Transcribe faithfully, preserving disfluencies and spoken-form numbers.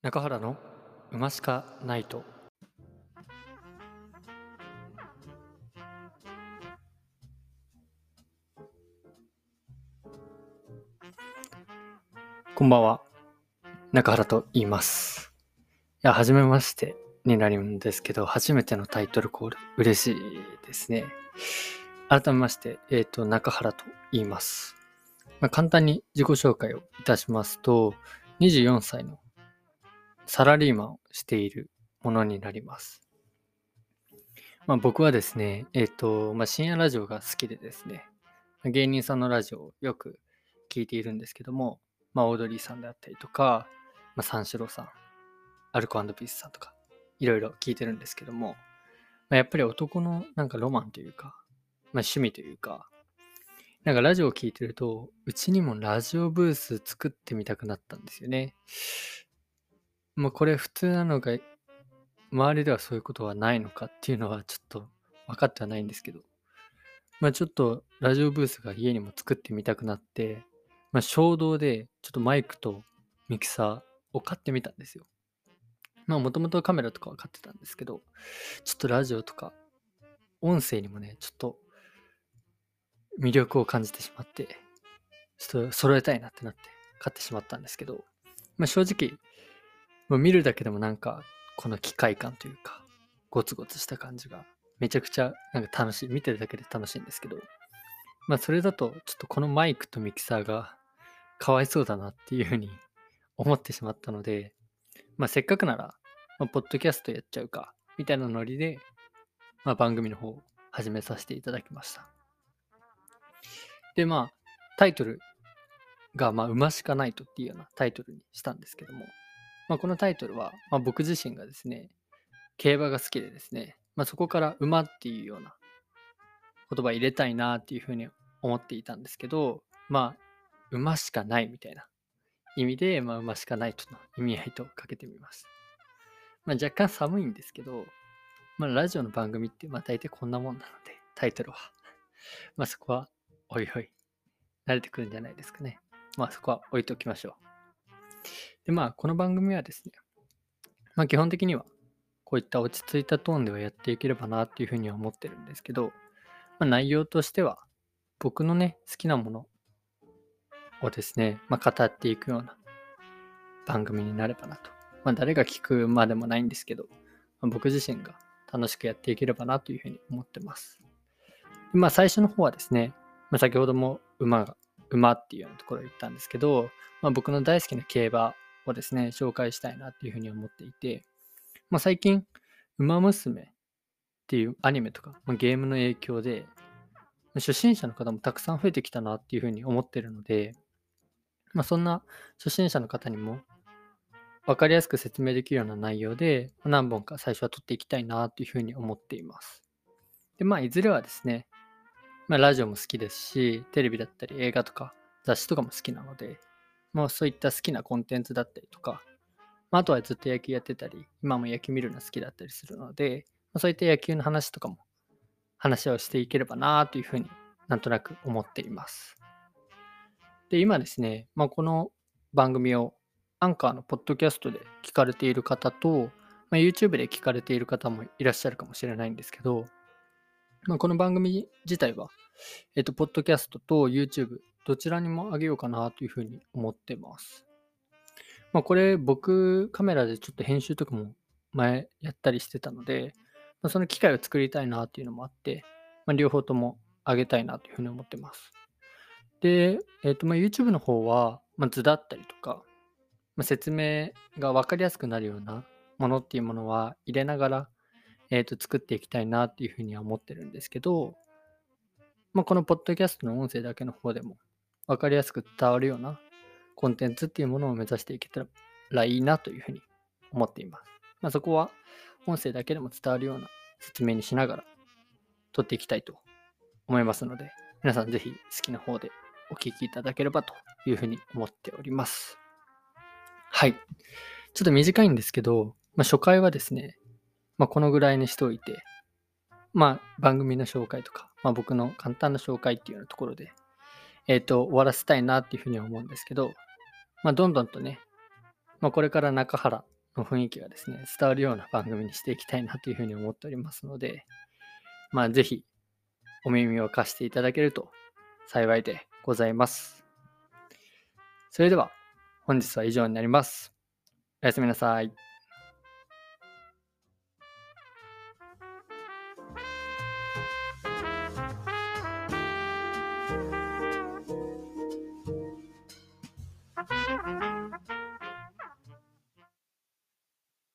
中原の馬しかないと。こんばんは、中原と言います。いや、初めましてになるんですけど、初めてのタイトルコール、嬉しいですね。改めまして、えっ、と、中原と言います。まあ、簡単に自己紹介をいたしますと、にじゅうよんさいのサラリーマンをしているものになります。まあ、僕はですね、えっ、と、まあ、深夜ラジオが好きでですね、芸人さんのラジオをよく聞いているんですけども、まあ、オードリーさんであったりとか、まあ、三四郎さん、アルコ&ピースさんとか、いろいろ聞いてるんですけども、まあ、やっぱり男のなんかロマンというか、まあ、趣味というか、なんかラジオを聞いてると、うちにもラジオブース作ってみたくなったんですよね。まあ、これ普通なのか、周りではそういうことはないのかっていうのはちょっと分かってはないんですけど、まあ、ちょっとラジオブースが家にも作ってみたくなって、まあ、衝動でちょっとマイクとミキサーを買ってみたんですよ。まあもともとカメラとかは買ってたんですけど、ちょっとラジオとか音声にもね、ちょっと魅力を感じてしまって、ちょっと揃えたいなってなって買ってしまったんですけど、まあ、正直、まあ、見るだけでもなんかこの機械感というか、ゴツゴツした感じがめちゃくちゃなんか楽しい。見てるだけで楽しいんですけど、まあそれだとちょっとこのマイクとミキサーがかわいそうだなっていうふうに思ってしまったので、まあせっかくなら、まあ、ポッドキャストやっちゃうか、みたいなノリで、まあ、番組の方を始めさせていただきました。で、まあ、タイトルが、まあ、馬しかないとっていうようなタイトルにしたんですけども、まあ、このタイトルは、まあ、僕自身がですね、競馬が好きでですね、まあ、そこから馬っていうような言葉入れたいなっていうふうに思っていたんですけど、まあ、馬しかないみたいな意味で、まあ、馬しかないとの意味合いとかけてみます。まあ、若干寒いんですけど、まあ、ラジオの番組ってまあ大体こんなもんなので、タイトルは。まあそこは、おいおい、慣れてくるんじゃないですかね。まあそこは置いておきましょう。で、まあこの番組はですね、まあ基本的には、こういった落ち着いたトーンではやっていければなっていうふうには思ってるんですけど、まあ内容としては、僕のね、好きなものをですね、まあ語っていくような番組になればなと。まあ誰が聞くまでもないんですけど、まあ、僕自身が楽しくやっていければなというふうに思ってます。でまあ最初の方はですね、まあ、先ほども馬が、馬っていうようなところを言ったんですけど、まあ、僕の大好きな競馬をですね、紹介したいなっていうふうに思っていて、まあ、最近、馬娘っていうアニメとか、まあ、ゲームの影響で、初心者の方もたくさん増えてきたなっていうふうに思ってるので、まあ、そんな初心者の方にも分かりやすく説明できるような内容で、何本か最初は撮っていきたいなっていうふうに思っています。で、まあ、いずれはですね、まあ、ラジオも好きですし、テレビだったり映画とか雑誌とかも好きなので、まあ、そういった好きなコンテンツだったりとか、まあ、あとはずっと野球やってたり、今も野球見るの好きだったりするので、まあ、そういった野球の話とかも話をしていければなというふうになんとなく思っています。で、今ですね、まあ、この番組をアンカーのポッドキャストで聞かれている方と、まあ、YouTube で聞かれている方もいらっしゃるかもしれないんですけど、まあ、この番組自体は、えっと、ポッドキャストと YouTube、どちらにもあげようかなというふうに思ってます。まあ、これ、僕、カメラでちょっと編集とかも前やったりしてたので、まあ、その機会を作りたいなっていうのもあって、まあ、両方ともあげたいなというふうに思ってます。で、えっと、まあ、YouTube の方は、まあ、図だったりとか、まあ、説明が分かりやすくなるようなものっていうものは入れながら、えっと、作っていきたいなっていうふうには思ってるんですけど、まあ、このポッドキャストの音声だけの方でも分かりやすく伝わるようなコンテンツっていうものを目指していけたらいいなというふうに思っています。まあ、そこは音声だけでも伝わるような説明にしながら撮っていきたいと思いますので、皆さんぜひ好きな方でお聞きいただければというふうに思っております。はい。ちょっと短いんですけど、まあ、初回はですね、まあ、このぐらいにしておいて、まあ、番組の紹介とか、まあ、僕の簡単な紹介っていうようなところで、えっと、終わらせたいなっていうふうには思うんですけど、まあ、どんどんとね、まあ、これから中原の雰囲気がですね、伝わるような番組にしていきたいなというふうに思っておりますので、まあ、ぜひお耳を貸していただけると幸いでございます。それでは、本日は以上になります。おやすみなさい。